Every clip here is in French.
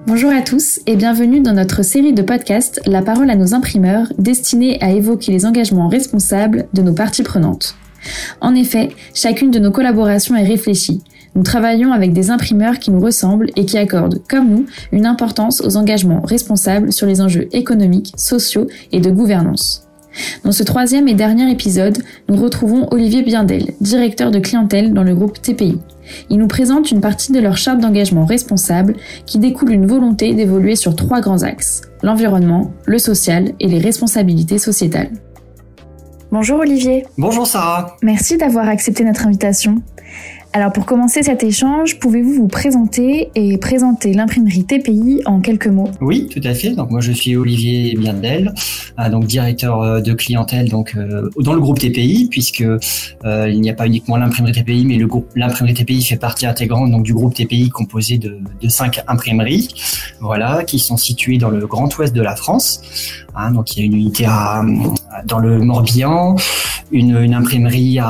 Bonjour à tous et bienvenue dans notre série de podcasts La parole à nos imprimeurs, destinée à évoquer les engagements responsables de nos parties prenantes. En effet, chacune de nos collaborations est réfléchie. Nous travaillons avec des imprimeurs qui nous ressemblent et qui accordent, comme nous, une importance aux engagements responsables sur les enjeux économiques, sociaux et de gouvernance. Dans ce troisième et dernier épisode, nous retrouvons Olivier Biendel, directeur de clientèle dans le groupe TPI. Il nous présente une partie de leur charte d'engagement responsable qui découle d'une volonté d'évoluer sur 3 grands axes, l'environnement, le social et les responsabilités sociétales. Bonjour Olivier. Bonjour Sarah. Merci d'avoir accepté notre invitation. Alors pour commencer cet échange, pouvez-vous vous présenter et présenter l'imprimerie TPI en quelques mots ? Oui, tout à fait. Donc moi je suis Olivier Biendel, donc directeur de clientèle dans le groupe TPI, puisque il n'y a pas uniquement l'imprimerie TPI, mais l'imprimerie TPI fait partie intégrante donc du groupe TPI composé de 5 imprimeries, voilà, qui sont situées dans le Grand Ouest de la France. Donc il y a une unité dans le Morbihan, une imprimerie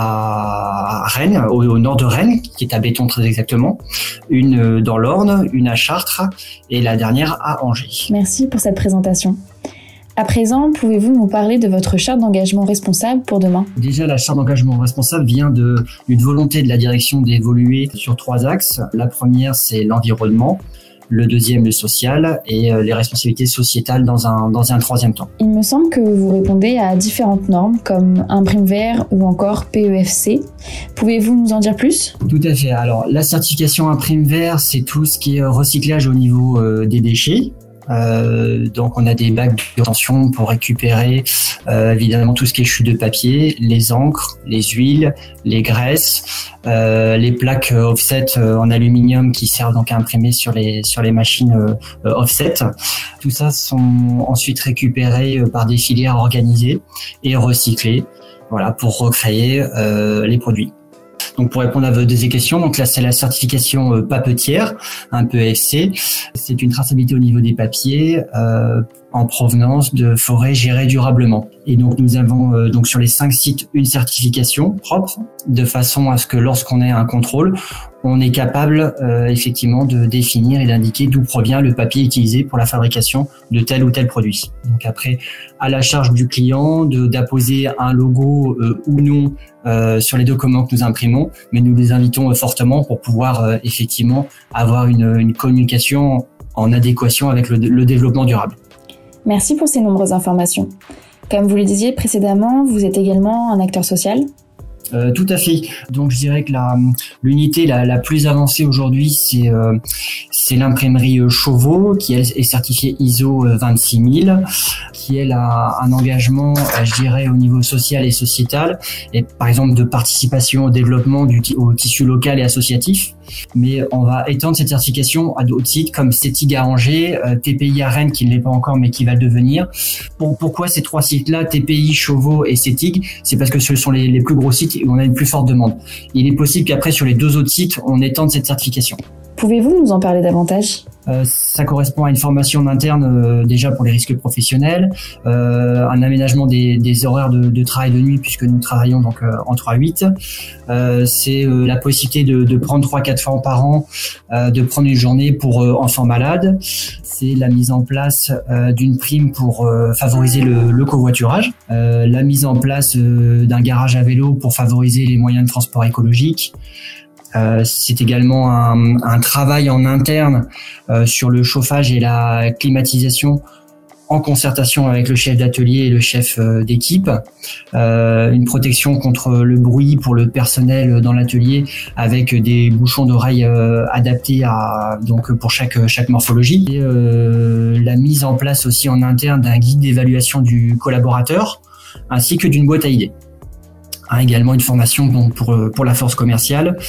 à Rennes, au nord de Rennes, qui est à Béton très exactement, une dans l'Orne, une à Chartres et la dernière à Angers. Merci pour cette présentation. À présent, pouvez-vous nous parler de votre charte d'engagement responsable pour demain ? Déjà, la charte d'engagement responsable vient d'une volonté de la direction d'évoluer sur 3 axes. La première, c'est l'environnement. Le deuxième, le social, et les responsabilités sociétales dans un troisième temps. Il me semble que vous répondez à différentes normes, comme ImprimeVert ou encore PEFC. Pouvez-vous nous en dire plus ? Tout à fait. Alors, la certification ImprimeVert, c'est tout ce qui est recyclage au niveau des déchets. Donc on a des bacs de rétention pour récupérer évidemment tout ce qui est chute de papier, les encres, les huiles, les graisses, les plaques offset en aluminium qui servent donc à imprimer sur les machines offset. Tout ça sont ensuite récupérés par des filières organisées et recyclés, voilà, pour recréer les produits. Donc pour répondre à vos 2 questions, donc là c'est la certification papetière, un PEFC. C'est une traçabilité au niveau des papiers en provenance de forêts gérées durablement. Et donc nous avons donc sur les 5 sites une certification propre, de façon à ce que lorsqu'on ait un contrôle, on est capable effectivement de définir et d'indiquer d'où provient le papier utilisé pour la fabrication de tel ou tel produit. Donc après, à la charge du client d'apposer un logo ou non sur les documents que nous imprimons, mais nous les invitons fortement pour pouvoir effectivement avoir une communication en adéquation avec le développement durable. Merci pour ces nombreuses informations. Comme vous le disiez précédemment, vous êtes également un acteur social ? Tout à fait. Donc je dirais que l'unité la plus avancée aujourd'hui, c'est l'imprimerie Chauveau, qui elle est certifiée ISO 26000, qui elle a un engagement, je dirais, au niveau social et sociétal, et par exemple de participation au développement au tissu local et associatif. Mais on va étendre cette certification à d'autres sites comme CETIG à Angers, TPI à Rennes qui ne l'est pas encore mais qui va le devenir. Pourquoi ces 3 sites-là, TPI, Chauveau et CETIG ? C'est parce que ce sont les plus gros sites où on a une plus forte demande. Il est possible qu'après sur les 2 autres sites, on étende cette certification. Pouvez-vous nous en parler davantage ? Ça correspond à une formation en interne déjà pour les risques professionnels, un aménagement des horaires de travail de nuit puisque nous travaillons donc en 3-8. C'est la possibilité de prendre 3-4 fois par an, de prendre une journée pour enfants malades. C'est la mise en place d'une prime pour favoriser le covoiturage, la mise en place d'un garage à vélo pour favoriser les moyens de transport écologiques. C'est également un travail en interne sur le chauffage et la climatisation en concertation avec le chef d'atelier et le chef d'équipe. Une protection contre le bruit pour le personnel dans l'atelier avec des bouchons d'oreille adaptés donc pour chaque morphologie. Et, la mise en place aussi en interne d'un guide d'évaluation du collaborateur ainsi que d'une boîte à idées. Également une formation donc pour la force commerciale,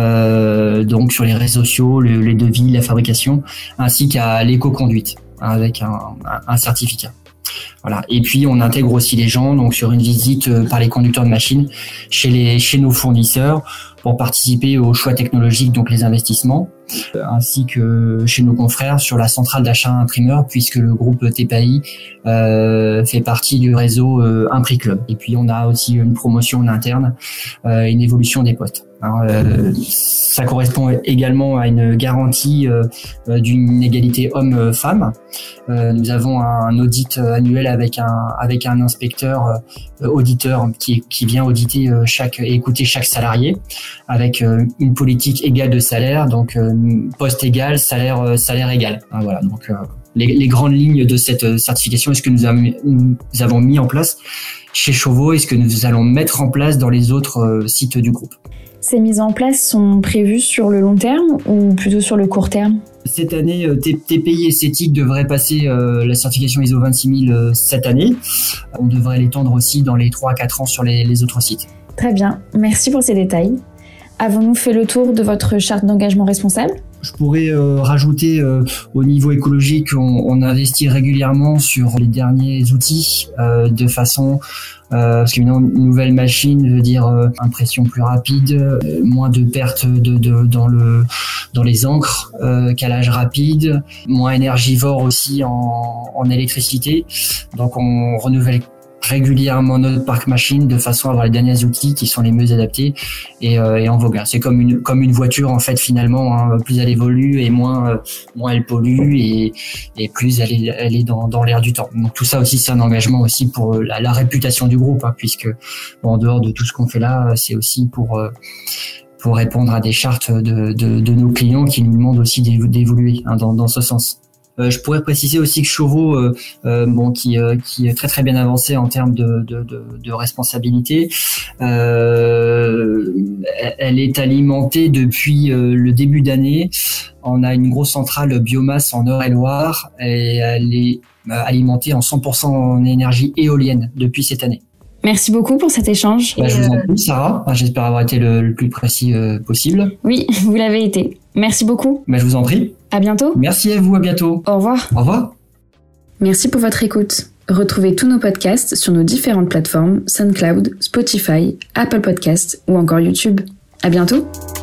donc sur les réseaux sociaux, les devis, la fabrication, ainsi qu'à l'éco-conduite avec un certificat. Voilà. Et puis on intègre aussi les gens donc sur une visite par les conducteurs de machines chez nos fournisseurs pour participer aux choix technologiques, donc les investissements, ainsi que chez nos confrères sur la centrale d'achat imprimeur, puisque le groupe TPAI fait partie du réseau Impri Club. Et puis on a aussi une promotion en interne, une évolution des postes. Alors, ça correspond également à une garantie d'une égalité homme-femme. Nous avons un audit annuel avec un inspecteur auditeur qui vient auditer écouter chaque salarié, avec une politique égale de salaire, donc poste égal, salaire égal. Voilà, donc les grandes lignes de cette certification, est-ce que nous avons mis en place chez Chauveau, est-ce que nous allons mettre en place dans les autres sites du groupe. Ces mises en place sont prévues sur le long terme ou plutôt sur le court terme ? Cette année, TPI Esthétique devrait passer la certification ISO 26000 cette année. On devrait l'étendre aussi dans les 3 à 4 ans sur les autres sites. Très bien, merci pour ces détails. Avons-nous fait le tour de votre charte d'engagement responsable ? Je pourrais rajouter au niveau écologique, on investit régulièrement sur les derniers outils de façon parce qu'évidemment une nouvelle machine veut dire impression plus rapide, moins de pertes dans les encres, calage rapide, moins énergivore aussi en électricité. Donc on renouvelle régulièrement notre parc machine de façon à avoir les derniers outils qui sont les mieux adaptés et en vogue. C'est comme une voiture en fait finalement, hein, plus elle évolue et moins elle pollue et plus elle est dans l'air du temps. Donc tout ça aussi c'est un engagement aussi pour la réputation du groupe, hein, puisque en dehors de tout ce qu'on fait là, c'est aussi pour répondre à des chartes de nos clients qui nous demandent aussi d'évoluer, hein, dans ce sens. Je pourrais préciser aussi que Chauveau, qui est très très bien avancé en termes de responsabilité, elle est alimentée depuis le début d'année. On a une grosse centrale biomasse en Eure-et-Loire et elle est alimentée en 100% en énergie éolienne depuis cette année. Merci beaucoup pour cet échange. Je vous en prie, Sarah. J'espère avoir été le plus précis possible. Oui, vous l'avez été. Merci beaucoup. Je vous en prie. À bientôt. Merci à vous, à bientôt. Au revoir. Au revoir. Merci pour votre écoute. Retrouvez tous nos podcasts sur nos différentes plateformes SoundCloud, Spotify, Apple Podcasts ou encore YouTube. À bientôt.